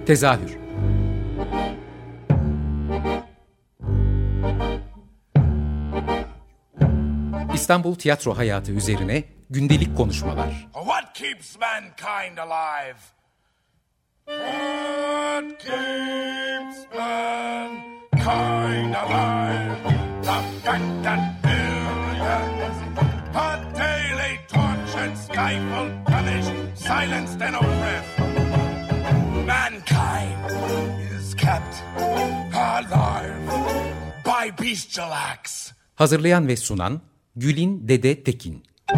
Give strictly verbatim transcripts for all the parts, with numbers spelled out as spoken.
Tezahür. İstanbul tiyatro hayatı üzerine gündelik konuşmalar. What keeps mankind alive? What keeps mankind alive? The fact that billions are daily tortured, stifled, punished, silenced and oppressed. Mankind is kept alive by bestial acts. Hazırlayan ve sunan Gülin Dede Tekin.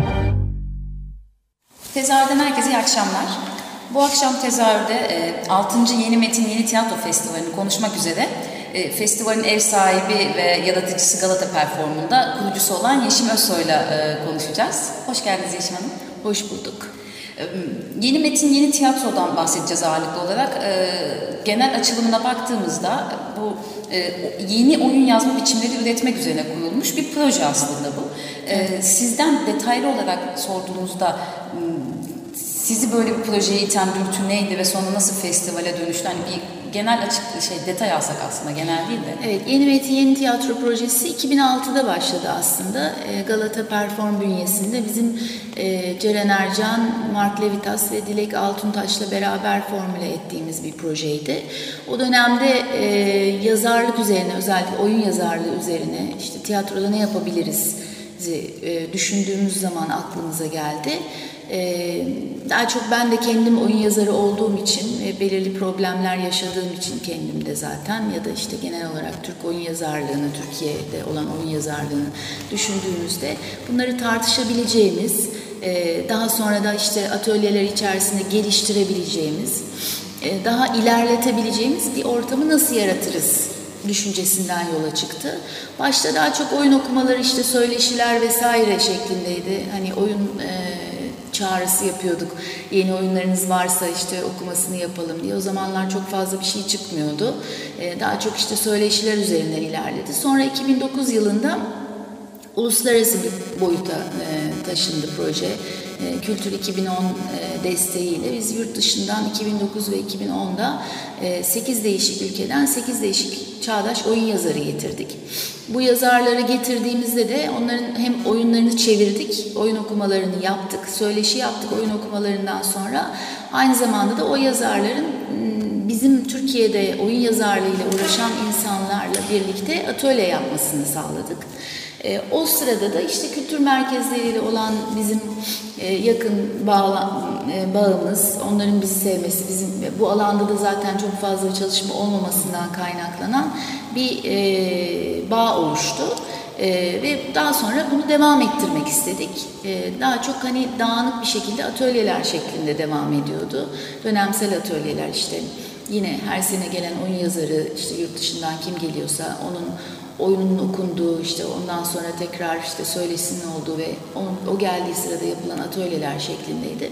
Tezahürden herkese iyi akşamlar. Bu akşam tezahürde altıncı Yeni Metin Yeni Tiyatro Festivali'ni konuşmak üzere e, festivalin ev sahibi ve yaratıcısı Galata Perform'unda kurucusu olan Yeşim Özsoy'la e, konuşacağız. Hoş geldiniz Yeşim Hanım. Hoş bulduk. E, Yeni Metin Yeni Tiyatro'dan bahsedeceğiz ağırlıklı olarak. E, genel açılımına baktığımızda bu e, yeni oyun yazma biçimleri üretmek üzerine kurulmuş bir proje aslında bu. E, sizden detaylı olarak sorduğunuzda sizi böyle bir projeye iten dürtü neydi ve sonra nasıl festivale dönüştü? Hani bir genel açık şey detay alsak aslında, genel değil de. Evet, Yeni Metin Yeni Tiyatro Projesi iki bin altıda başladı aslında. Galata Perform bünyesinde bizim Ceren Ercan, Mark Levitas ve Dilek Altuntaş'la beraber formüle ettiğimiz bir projeydi. O dönemde yazarlık üzerine, özellikle oyun yazarlığı üzerine, işte tiyatroda ne yapabiliriz düşündüğümüz zaman aklımıza geldi. Ee, daha çok ben de kendim oyun yazarı olduğum için ve belirli problemler yaşadığım için kendimde zaten ya da işte genel olarak Türk oyun yazarlığını, Türkiye'de olan oyun yazarlığını düşündüğümüzde bunları tartışabileceğimiz, e, daha sonra da işte atölyeler içerisinde geliştirebileceğimiz, e, daha ilerletebileceğimiz bir ortamı nasıl yaratırız düşüncesinden yola çıktı. Başta daha çok oyun okumaları, işte söyleşiler vesaire şeklindeydi. Hani oyun e, çağrısı yapıyorduk. Yeni oyunlarınız varsa işte okumasını yapalım diye. O zamanlar çok fazla bir şey çıkmıyordu. E, daha çok işte söyleşiler üzerinden ilerledi. Sonra iki bin dokuz yılında uluslararası bir boyuta e, taşındı proje. E, Kültür iki bin on e, desteğiyle biz yurt dışından iki bin dokuz ve iki bin onda e, sekiz değişik ülkeden sekiz değişik çağdaş oyun yazarı getirdik. Bu yazarları getirdiğimizde de onların hem oyunlarını çevirdik, oyun okumalarını yaptık, söyleşi yaptık oyun okumalarından sonra. Aynı zamanda da o yazarların bizim Türkiye'de oyun yazarlığıyla uğraşan insanlarla birlikte atölye yapmasını sağladık. E, o sırada da işte kültür merkezleriyle olan bizim e, yakın bağla, e, bağımız, onların bizi sevmesi, bizim bu alanda da zaten çok fazla çalışma olmamasından kaynaklanan bir e, bağ oluştu. E, ve daha sonra bunu devam ettirmek istedik. E, daha çok hani dağınık bir şekilde atölyeler şeklinde devam ediyordu. Dönemsel atölyeler işte. Yine her sene gelen oyun yazarı, işte yurt dışından kim geliyorsa onun oyunun okunduğu, işte ondan sonra tekrar işte söyleşinin olduğu ve o, o geldiği sırada yapılan atölyeler şeklindeydi.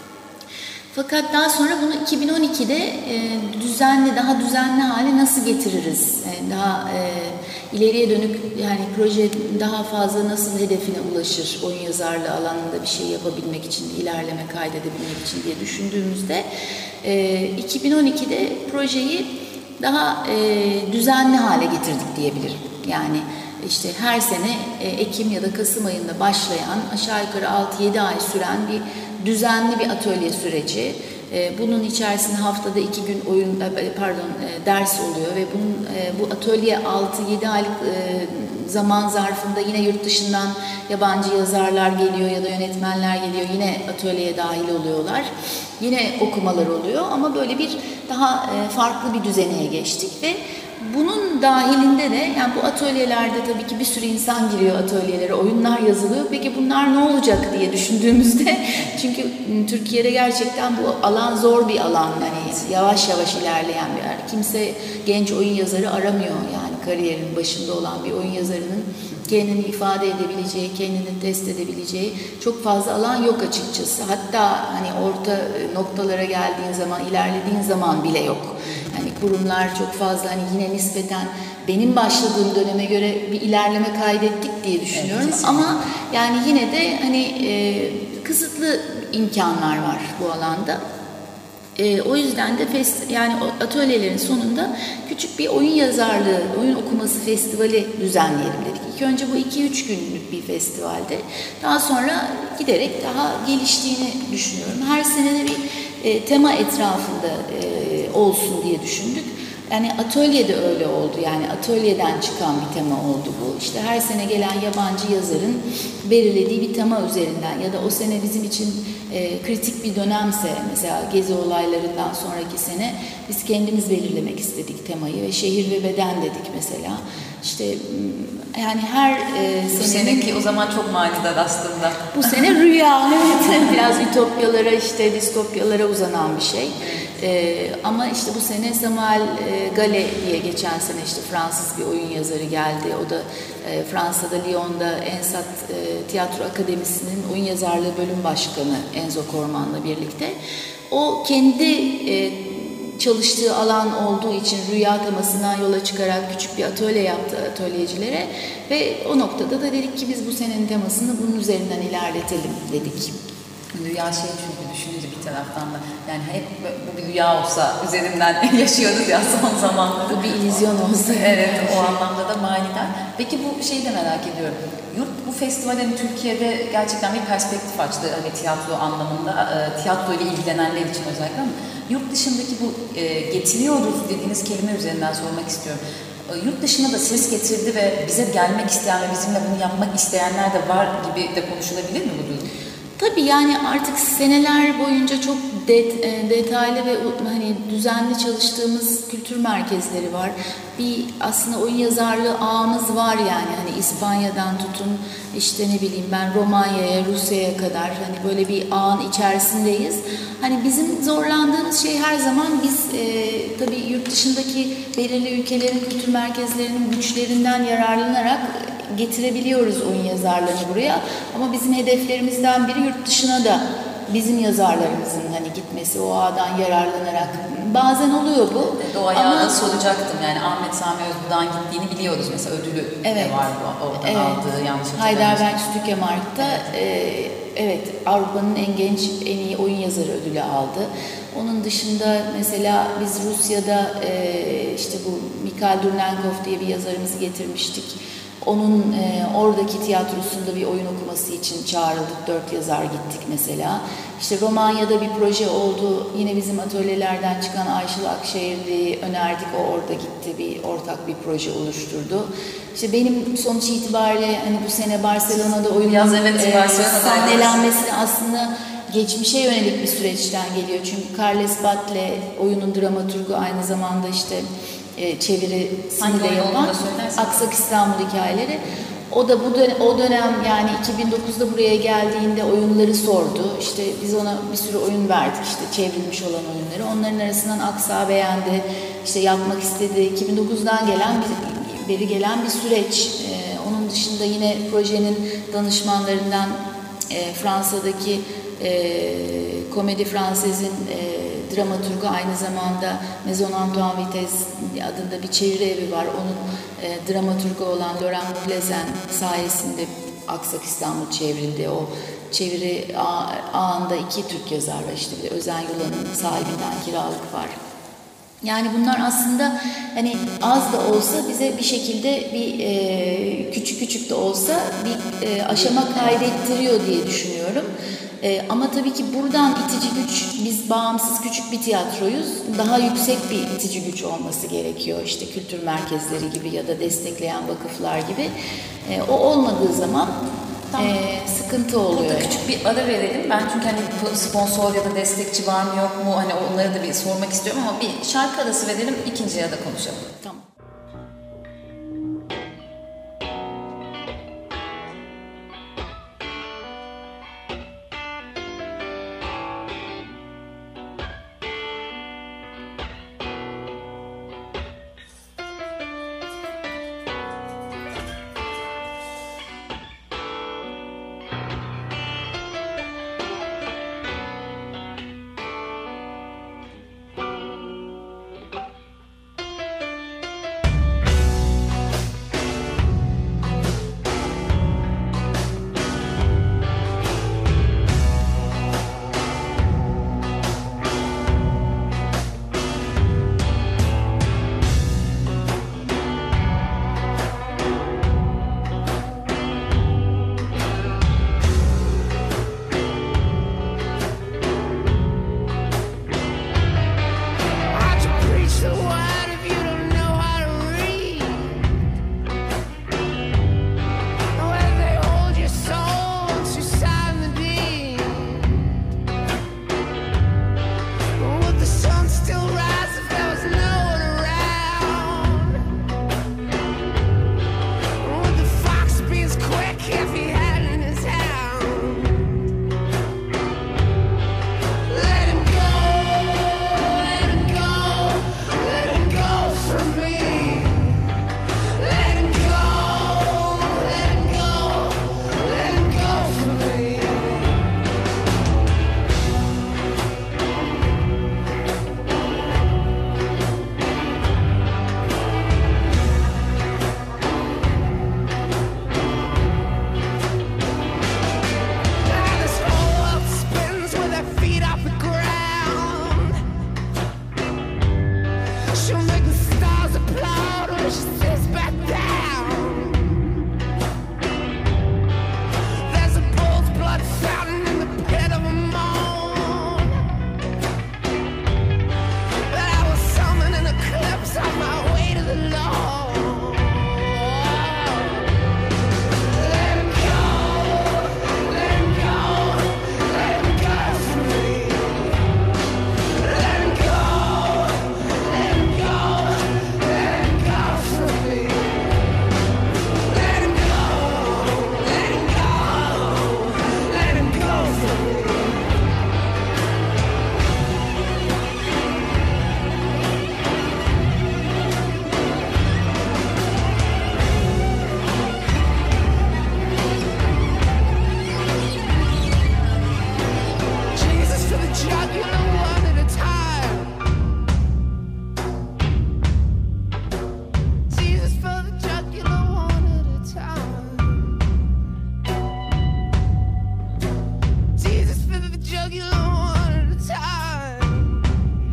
Fakat daha sonra bunu iki bin on ikide e, düzenli, daha düzenli hale nasıl getiririz? Yani daha e, ileriye dönük, yani proje daha fazla nasıl hedefine ulaşır? Oyun yazarlığı alanında bir şey yapabilmek için, ilerleme kaydedebilmek için diye düşündüğümüzde e, iki bin on ikide projeyi daha e, düzenli hale getirdik diyebilirim. Yani işte her sene e, Ekim ya da Kasım ayında başlayan, aşağı yukarı altı yedi ay süren bir düzenli bir atölye süreci. E, bunun içerisinde haftada iki gün oyun, pardon e, ders oluyor ve bunun e, bu atölye altı yedi aylık e, zaman zarfında yine yurt dışından yabancı yazarlar geliyor ya da yönetmenler geliyor, yine atölyeye dahil oluyorlar. Yine okumalar oluyor ama böyle bir daha e, farklı bir düzeneye geçtik ve bunun dahilinde de, yani bu atölyelerde tabii ki bir sürü insan giriyor atölyelere, oyunlar yazılıyor. Peki bunlar ne olacak diye düşündüğümüzde, çünkü Türkiye'de gerçekten bu alan zor bir alan, hani yavaş yavaş ilerleyen bir yer. Kimse genç oyun yazarı aramıyor, yani kariyerin başında olan bir oyun yazarının kendini ifade edebileceği, kendini test edebileceği çok fazla alan yok açıkçası. Hatta hani orta noktalara geldiğin zaman, ilerlediğin zaman bile yok. Hani kurumlar çok fazla, hani yine nispeten benim başladığım döneme göre bir ilerleme kaydettik diye düşünüyorum. Evet, ama yani yine de hani e, kısıtlı imkanlar var bu alanda. E, o yüzden de fest, yani atölyelerin sonunda küçük bir oyun yazarlığı, oyun okuması festivali düzenleyelim dedik. İlk önce bu iki üç günlük bir festivalde. Daha sonra giderek daha geliştiğini düşünüyorum. Her sene de bir e, tema etrafında e, olsun diye düşündük. Yani atölyede öyle oldu. Yani atölyeden çıkan bir tema oldu bu. İşte her sene gelen yabancı yazarın belirlediği bir tema üzerinden ya da o sene bizim için e, kritik bir dönemse, mesela Gezi olaylarından sonraki sene biz kendimiz belirlemek istedik temayı ve şehir ve beden dedik mesela. İşte yani her e, bu seneki o zaman çok manidar aslında. Bu sene rüya, evet, biraz ütopyalara, işte distopyalara uzanan bir şey. Ee, ama işte bu sene Samuel e, Gale diye geçen sene işte Fransız bir oyun yazarı geldi. O da e, Fransa'da Lyon'da Ensat e, Tiyatro Akademisi'nin oyun yazarlığı bölüm başkanı Enzo Korman'la birlikte. O kendi e, çalıştığı alan olduğu için rüya temasından yola çıkarak küçük bir atölye yaptı atölyecilere ve o noktada da dedik ki biz bu senenin temasını bunun üzerinden ilerletelim dedik. Rüya şey çünkü düşününce bir taraftan da yani hep bu bir rüya olsa üzerinden yaşıyoruz ya son zamanlarda. Bu bir illüzyon olsa. Evet, o anlamda da manidar. Peki bu şeyi de merak ediyorum. Yurt bu festivalin Türkiye'de gerçekten bir perspektif açtı hani tiyatro anlamında, e, tiyatro ile ilgilenenler için özellikle, ama yurt dışındaki bu e, getiriyoruz dediğiniz kelime üzerinden sormak istiyorum. E, yurt dışına da ses getirdi ve bize gelmek isteyen ve bizimle bunu yapmak isteyenler de var gibi de konuşulabilir mi bu durum? Tabii yani artık seneler boyunca çok det, detaylı ve hani düzenli çalıştığımız kültür merkezleri var. Bir aslında oyun yazarlığı ağımız var yani hani İspanya'dan tutun işte ne bileyim ben Romanya'ya, Rusya'ya kadar hani böyle bir ağın içerisindeyiz. Hani bizim zorlandığımız şey her zaman biz e, tabii yurt dışındaki belirli ülkelerin kültür merkezlerinin güçlerinden yararlanarak getirebiliyoruz oyun yazarlarını buraya. Ama bizim hedeflerimizden biri yurt dışına da bizim yazarlarımızın hani gitmesi, o ağdan yararlanarak. Bazen oluyor bu. Evet, o ayağı da soracaktım. Yani Ahmet Sami Özbu'dan gittiğini biliyoruz. Mesela ödülü evet, de var bu, oradan evet. aldığı, yanlış hatırlamıyorsam. Heidelberg Stückemarkt'ta evet. E, evet Avrupa'nın en genç, en iyi oyun yazarı ödülü aldı. Onun dışında mesela biz Rusya'da e, işte bu Mikhail Durnenkov diye bir yazarımızı getirmiştik. Onun e, oradaki tiyatrosunda bir oyun okuması için çağrıldık. Dört yazar gittik mesela. İşte Romanya'da bir proje oldu. Yine bizim atölyelerden çıkan Ayşıl Akşehirli'yi önerdik. O orada gitti. Bir ortak bir proje oluşturdu. İşte benim sonuç itibariyle hani bu sene Barcelona'da oyunun Yaz, evet, e, sahnelenmesi aslında geçmişe yönelik bir süreçten geliyor. Çünkü Carles Batle oyunun dramaturgu, aynı zamanda işte E, çevirisini de yapan Aksak İstanbul Hikayeleri. O da bu dönem, o dönem yani iki bin dokuzda buraya geldiğinde oyunları sordu. İşte biz ona bir sürü oyun verdik, işte çevrilmiş olan oyunları. Onların arasından Aksa beğendi, işte yapmak istedi. iki bin dokuzdan gelen bir, beri gelen bir süreç. E, onun dışında yine projenin danışmanlarından e, Fransa'daki e, Comédie Française'in e, dramaturgu, aynı zamanda Maison Antoine Vitesse adında bir çeviri evi var. Onun e, dramaturgu olan Laurent Plezen sayesinde Aksak İstanbul çevrildi. O çeviri ağında iki Türk yazar var. İşte bir de Özen Yula'nın Sahibinden Kiralık var. Yani bunlar aslında hani az da olsa bize bir şekilde bir e, küçük küçük de olsa bir e, aşama kaydettiriyor diye düşünüyorum. E, ama tabii ki buradan itici güç, biz bağımsız küçük bir tiyatroyuz. Daha yüksek bir itici güç olması gerekiyor. İşte kültür merkezleri gibi ya da destekleyen vakıflar gibi. E, o olmadığı zaman Tamam. Ee, sıkıntı oluyor. Burada küçük bir ara verelim. Ben çünkü hani sponsor ya da destekçi var mı yok mu, hani onları da bir sormak istiyorum, ama bir şarkı arası verelim, ikinci yarıda konuşalım. Tamam. jugular one at a time.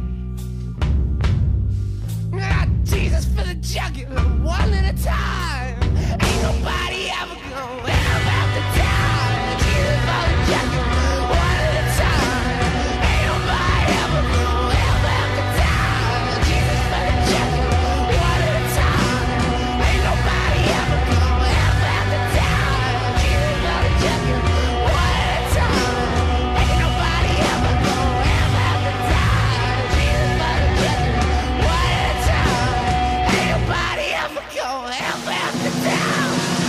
Ah, Jesus for the jugular one at a time. Ain't nobody ever gonna ever have to die. Jesus for the jugular one at a time. Ain't nobody ever gonna ever have to die. Jesus for the jugular one at a time. Ain't nobody ever gonna ever have to die. Jesus for the jugular one at a time. Ain't nobody ever gonna ever have to die. Jesus for the jugular one at a time. Ain't nobody ever gonna ever have to die.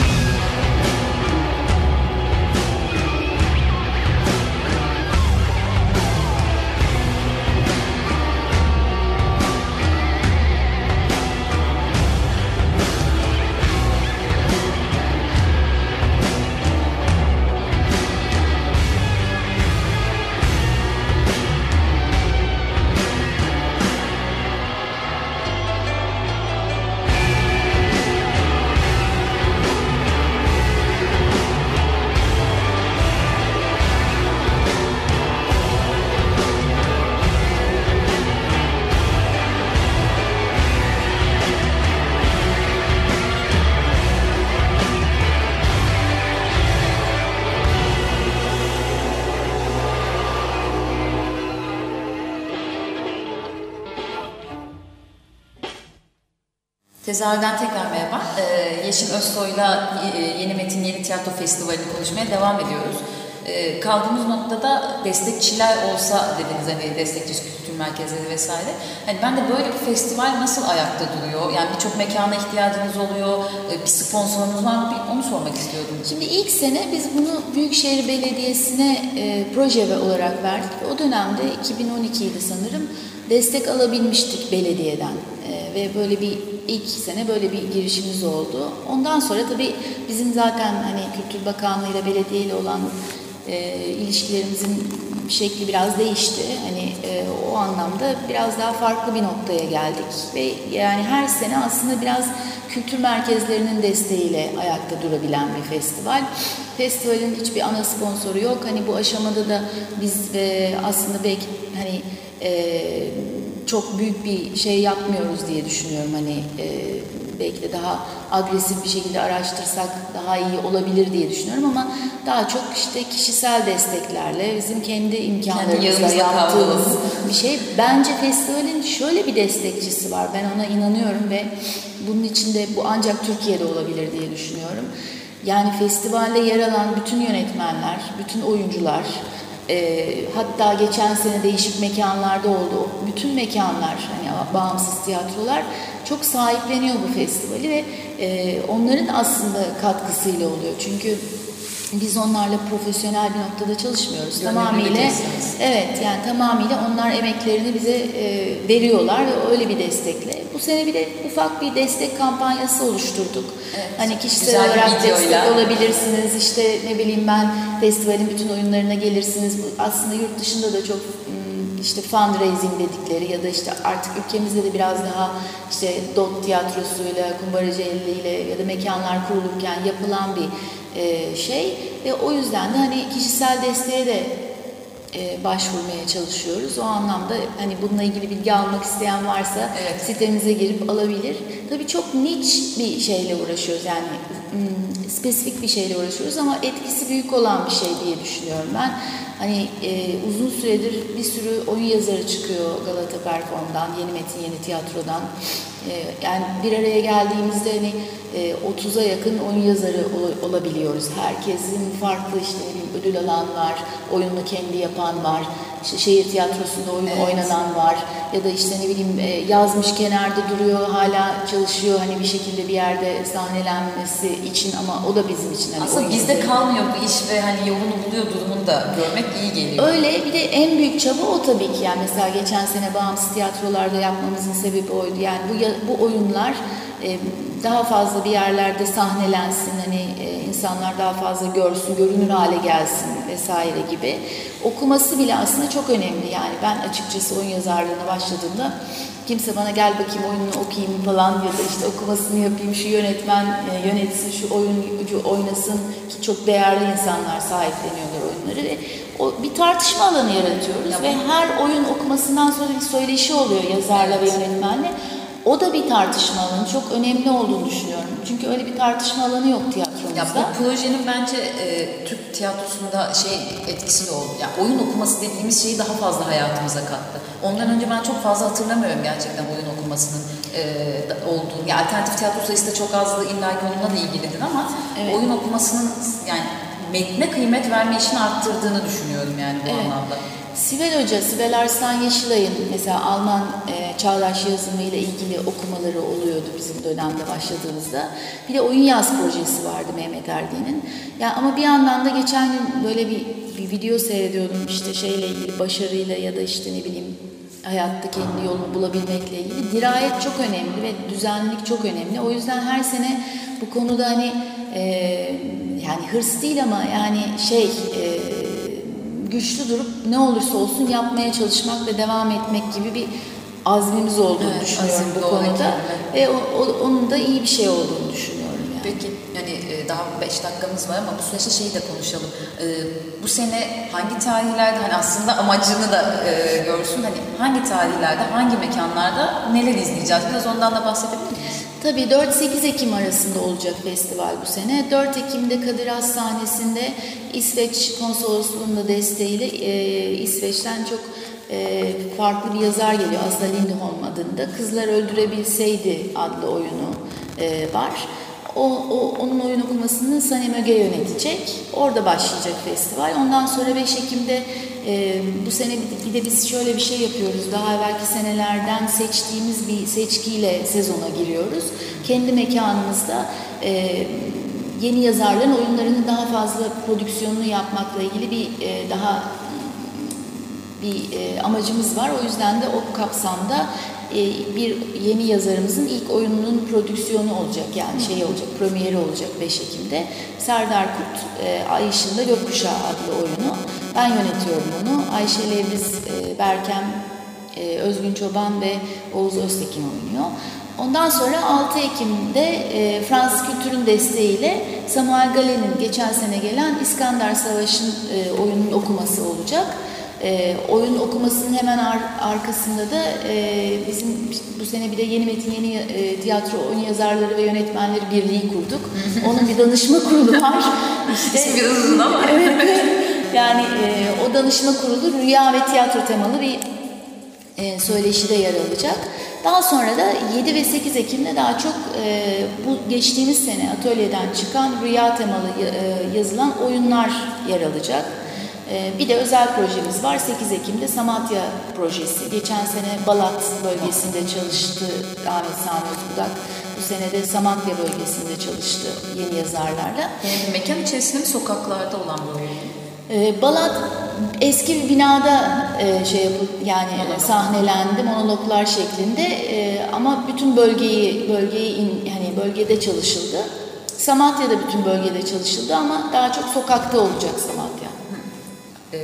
Tezahürden tekrar merhaba. Ee, Yeşim Özsoy'la Yeni Metin Yeni Tiyatro Festivali'ni konuşmaya devam ediyoruz. Ee, kaldığımız noktada destekçiler olsa dediniz, hani destekçi kültür merkezleri vesaire. Hani ben de böyle bir festival nasıl ayakta duruyor? Yani birçok mekana ihtiyacınız oluyor, bir sponsorunuz var mı? Onu sormak istiyordum. Şimdi ilk sene biz bunu Büyükşehir Belediyesi'ne e, proje olarak verdik. O dönemde iki bin on ikiydi sanırım. Destek alabilmiştik belediyeden e, ve böyle bir ilk sene böyle bir girişimiz oldu. Ondan sonra tabii bizim zaten hani Kültür Bakanlığı ile belediye ile olan e, ilişkilerimizin şekli biraz değişti. Hani e, o anlamda biraz daha farklı bir noktaya geldik ve yani her sene aslında biraz kültür merkezlerinin desteğiyle ayakta durabilen bir festival. Festivalin hiçbir ana sponsoru yok. Hani bu aşamada da biz e, aslında belki hani e, çok büyük bir şey yapmıyoruz diye düşünüyorum. Hani e, belki de daha agresif bir şekilde araştırsak daha iyi olabilir diye düşünüyorum ama daha çok işte kişisel desteklerle bizim kendi imkanlarımızla yaptığımız bir şey. Bence festivalin şöyle bir destekçisi var. Ben ona inanıyorum ve bunun içinde bu ancak Türkiye'de olabilir diye düşünüyorum. Yani festivalde yer alan bütün yönetmenler, bütün oyuncular, E, hatta geçen sene değişik mekanlarda oldu. Bütün mekanlar, hani bağımsız tiyatrolar çok sahipleniyor bu festivali ve e, onların aslında katkısıyla oluyor. Çünkü biz onlarla profesyonel bir noktada çalışmıyoruz. Gönüllü tamamıyla, evet yani tamamıyla onlar emeklerini bize e, veriyorlar ve öyle bir destekle. Bu sene bir de ufak bir destek kampanyası oluşturduk. Evet, hani kişisel olarak destek olabilirsiniz. İşte ne bileyim ben festivalin bütün oyunlarına gelirsiniz. Bu aslında yurt dışında da çok işte fundraising dedikleri ya da işte artık ülkemizde de biraz daha işte dot tiyatrosuyla, kumbaracı elliyle ya da mekanlar kurulurken yapılan bir e, şey ve o yüzden de hani kişisel desteğe de e, başvurmaya çalışıyoruz. O anlamda hani bununla ilgili bilgi almak isteyen varsa evet, sitemize girip alabilir. Tabii çok niche bir şeyle uğraşıyoruz yani hmm, spesifik bir şeyle uğraşıyoruz ama etkisi büyük olan bir şey diye düşünüyorum ben. Hani e, uzun süredir bir sürü oyun yazarı çıkıyor Galata Perform'dan, Yeni Metin Yeni Tiyatro'dan. E, yani bir araya geldiğimizde hani e, otuza yakın oyun yazarı ol, olabiliyoruz. Herkesin farklı işte ödül alan var, oyunu kendi yapan var, işte şehir tiyatrosunda oyun evet, oynanan var ya da işte ne bileyim e, yazmış kenarda duruyor, hala çalışıyor hani bir şekilde bir yerde sahnelenmesi için ama o da bizim için. Hani aslında bizde yazarı kalmıyor bu iş ve hani yolunu buluyor durumunu da görmek iyi geliyor. Öyle bir de en büyük çaba o tabii ki yani mesela geçen sene bağımsız tiyatrolarda yapmamızın sebebi oydu. Yani bu bu oyunlar e, daha fazla bir yerlerde sahnelensin hani e, insanlar daha fazla görsün, görünür hale gelsin vesaire gibi. Okuması bile aslında çok önemli. Yani ben açıkçası oyun yazarlığına başladığımda kimse bana gel bakayım oyununu okuyayım falan ya da işte okumasını yapayım, şu yönetmen e, yönetsin, şu oyuncu oynasın ki çok değerli insanlar sahipleniyorlar oyunları ve o bir tartışma alanı yaratıyoruz ya ve bu... her oyun okumasından sonra bir söyleşi oluyor yazarla evet. ve yönetmenle. O da bir tartışma alanı, çok önemli olduğunu düşünüyorum. Çünkü öyle bir tartışma alanı yok tiyatromuzda. Ya bu projenin bence e, Türk tiyatrosunda şey etkisi de oldu. Yani oyun okuması dediğimiz şeyi daha fazla hayatımıza kattı. Ondan önce ben çok fazla hatırlamıyorum gerçekten oyun okumasının e, olduğunu. Yani alternatif tiyatro sayısı da çok azdı, illa ki onunla da ilgiliydin ama evet. oyun okumasının yani metne kıymet verme işini arttırdığını düşünüyorum yani bu evet. anlamda. Sibel Hoca, Sibel Arslan Yeşilay'ın mesela Alman e, çağdaş yazımı ile ilgili okumaları oluyordu bizim dönemde başladığımızda. Bir de oyun yaz projesi vardı Mehmet Ergen'in. Ya ama bir yandan da geçen gün böyle bir, bir video seyrediyordum işte şeyle ilgili, başarıyla ya da işte ne bileyim hayatta kendi yolunu bulabilmekle ilgili. Dirayet çok önemli ve düzenlilik çok önemli. O yüzden her sene bu konuda hani e, yani hırs değil ama yani şey e, güçlü durup ne olursa olsun yapmaya çalışmak ve devam etmek gibi bir azmimiz olduğunu evet, düşünüyorum bu konuda. Ve o, o, onun da iyi bir şey olduğunu düşünüyorum yani. Peki yani daha beş dakikamız var ama bu süreçte şeyi de konuşalım. Ee, bu sene hangi tarihlerde hani aslında amacını da e, görsün hani hangi tarihlerde hangi mekanlarda neler izleyeceğiz? Biraz ondan da bahsedebilir miyiz? Tabii dört sekiz Ekim arasında olacak festival bu sene. dört Ekim'de Kadir Has sahnesinde İsveç Konsolosluğu'nun da desteğiyle e, İsveç'ten çok e, farklı bir yazar geliyor. Asla Lindholm adında. Kızlar Öldürebilseydi adlı oyunu e, var. O, o, onun oyun okumasını Sanem Öge yönetecek. Orada başlayacak festival. Ondan sonra beş Ekim'de e, bu sene bir de biz şöyle bir şey yapıyoruz. Daha evvelki senelerden seçtiğimiz bir seçkiyle sezona giriyoruz. Kendi mekanımızda e, yeni yazarların oyunlarının daha fazla prodüksiyonunu yapmakla ilgili bir e, daha bir e, amacımız var. O yüzden de o kapsamda bir yeni yazarımızın ilk oyununun prodüksiyonu olacak yani şey olacak, premieri olacak beş Ekim'de. Serdar Kurt, Ay Işığında Gökkuşağı adlı oyunu. Ben yönetiyorum onu. Ayşe Levriz, Berkem, Özgün Çoban ve Oğuz Öztekin oynuyor. Ondan sonra altı Ekim'de Fransız Kültür'ün desteğiyle Samuel Galen'in geçen sene gelen İskandar Savaşı'nın oyunun okuması olacak. E, oyun okumasının hemen ar- arkasında da e, bizim bu sene bir de Yeni Metin Yeni e, Tiyatro Oyun Yazarları ve Yönetmenleri Birliği kurduk. Onun bir danışma kurulu var. İşte, biraz uzun ama. Evet. Yani e, o danışma kurulu rüya ve tiyatro temalı bir e, söyleşide yer alacak. Daha sonra da yedi ve sekiz Ekim'de daha çok e, bu geçtiğimiz sene atölyeden çıkan rüya temalı e, yazılan oyunlar yer alacak. Bir de özel projemiz var. sekiz Ekim'de Samatya projesi. Geçen sene Balat bölgesinde çalıştı Ahmet Sami Özbudak. Bu sene de Samatya bölgesinde çalıştı yeni yazarlarla. Yani mekan içerisinde mi sokaklarda olan bir oyun? Balat eski bir binada şey yapıp yani monolog. Sahnelendi monologlar şeklinde ama bütün bölgeyi bölgeyi hani bölgede çalışıldı. Samatya'da bütün bölgede çalışıldı ama daha çok sokakta olacak Samatya. Ee,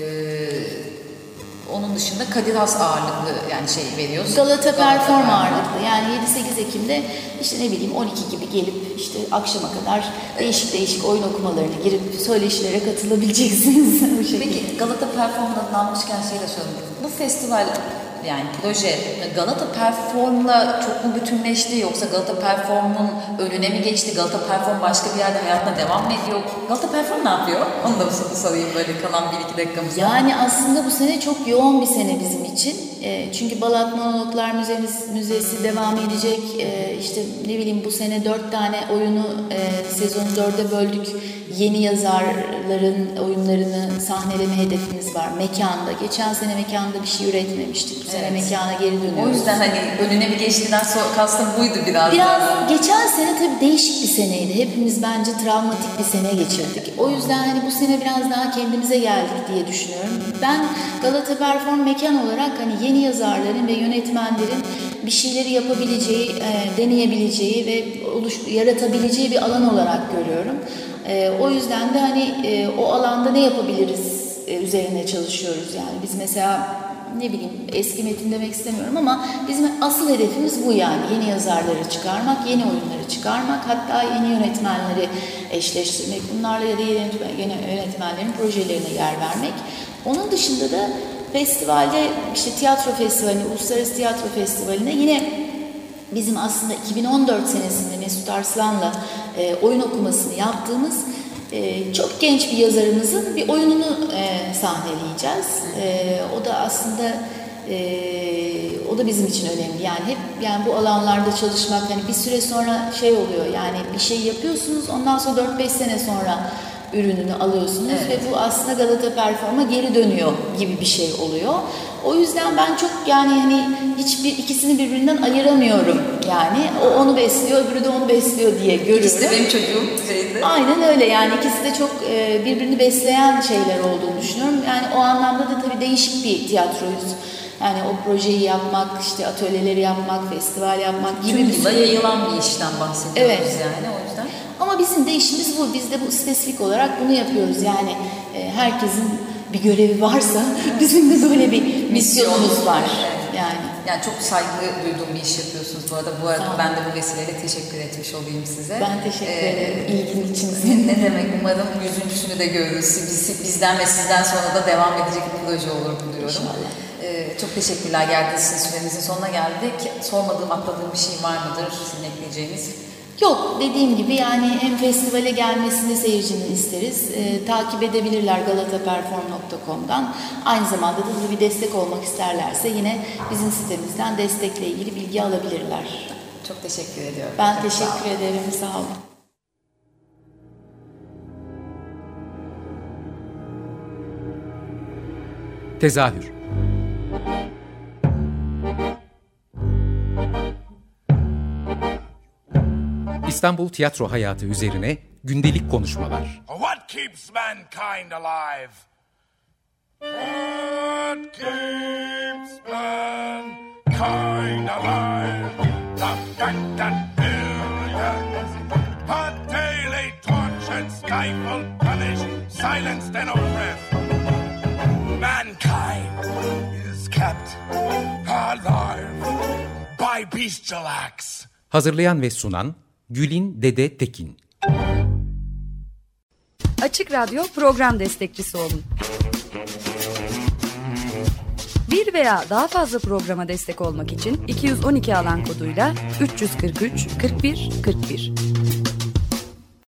onun dışında Kadir Has ağırlıklı yani şey veriyoruz. Galata, Galata Perform ağırlıklı yani yedi sekiz Ekim'de işte ne bileyim on iki gibi gelip işte akşama kadar değişik değişik oyun okumalarına girip söyleşilere katılabileceksiniz. Bu şekilde. Peki Galata Perform'dan adını almışken şey de sorayım. Bu festival yani proje Galata Perform'la çok mu bütünleşti yoksa Galata Perform'un önüne mi geçti? Galata Perform başka bir yerde hayatına devam mı ediyor? Galata Perform ne yapıyor? Onu da sorayım böyle kalan bir iki dakikamızda. Yani aslında bu sene çok yoğun bir sene bizim için. E, çünkü Balat Monologlar Müzesi, Müzesi devam edecek. E, işte ne bileyim bu sene dört tane oyunu e, sezonu dörde böldük. Yeni yazarların oyunlarını sahneleme hedefimiz var mekanda. Geçen sene mekanda bir şey üretmemiştik. Bu sene evet. mekana geri dönüyoruz. O yüzden hani önüne bir geçtiğinden sonra kastım buydu biraz. Biraz daha. Geçen sene tabii değişik bir seneydi. Hepimiz bence travmatik bir sene geçirdik. O yüzden hani bu sene biraz daha kendimize geldik diye düşünüyorum. Ben Galata Perform mekan olarak hani yeni yazarların ve yönetmenlerin bir şeyleri yapabileceği, e, deneyebileceği ve oluş, yaratabileceği bir alan olarak görüyorum. E, o yüzden de hani e, o alanda ne yapabiliriz e, üzerine çalışıyoruz. Yani biz mesela ne bileyim eski metin demek istemiyorum ama bizim asıl hedefimiz bu yani. Yeni yazarları çıkarmak, yeni oyunları çıkarmak, hatta yeni yönetmenleri eşleştirmek, bunlarla ya da yeni yönetmenlerin projelerine yer vermek. Onun dışında da festivalde, işte tiyatro festivaline, Uluslararası Tiyatro Festivali'ne yine bizim aslında iki bin on dört senesinde Mesut Arslan'la e, oyun okumasını yaptığımız e, çok genç bir yazarımızın bir oyununu e, sahneleyeceğiz. E, o da aslında e, o da bizim için önemli. Yani hep yani bu alanlarda çalışmak, hani bir süre sonra şey oluyor, yani bir şey yapıyorsunuz, ondan sonra dört beş sene sonra ürününü alıyorsunuz, evet. Ve bu aslında Galata Perform'a geri dönüyor gibi bir şey oluyor. O yüzden ben çok yani hani hiçbir ikisini birbirinden ayıramıyorum yani. O onu besliyor, öbürü de onu besliyor diye görüyorum. İkisi de benim çocuğum şeydi. Aynen öyle, yani ikisi de çok e, birbirini besleyen şeyler olduğunu düşünüyorum. Yani o anlamda da tabii değişik bir tiyatroyuz. Yani o projeyi yapmak, işte atölyeleri yapmak, festival yapmak gibi Tüm bir yıla sürü... yayılan bir işten bahsediyoruz, evet. Yani o yüzden. Ama bizim de işimiz bu. Biz de bu spesifik olarak bunu yapıyoruz. Yani e, herkesin bir görevi varsa bizim de böyle bir misyonumuz var. Yani. Yani çok saygı duyduğum bir iş yapıyorsunuz bu arada. Bu arada ben de bu vesileyle teşekkür etmiş olayım size. Ben teşekkür ee, ederim ilgin için. Ne demek, umarım yüzüncüsünü de görürüz. Biz, bizden ve sizden sonra da devam edecek bir proje olur diyorum. İnşallah. Ee, çok teşekkürler, geldiğiniz için süremizin sonuna geldik. Sormadığım, atladığım bir şey var mıdır sizin ekleyeceğiniz? Yok, dediğim gibi yani hem festivale gelmesini seyircinin isteriz. E, takip edebilirler galata perform nokta com'dan. Aynı zamanda da bir destek olmak isterlerse yine bizim sitemizden destekle ilgili bilgi alabilirler. Çok teşekkür ediyorum. Ben çok teşekkür sağ ederim, sağ olun. Tezahür. İstanbul tiyatro hayatı üzerine gündelik konuşmalar. What keeps mankind alive? What keeps mankind alive? The fact that billions are daily tortured, stifled, punished, silenced and oppressed. Mankind is kept alive by bestial acts. Hazırlayan ve sunan Gülin Dede Tekin. Açık Radyo program destekçisi olun. Bir veya daha fazla programa destek olmak için iki yüz on iki alan koduyla üç yüz kırk üç kırk bir kırk bir.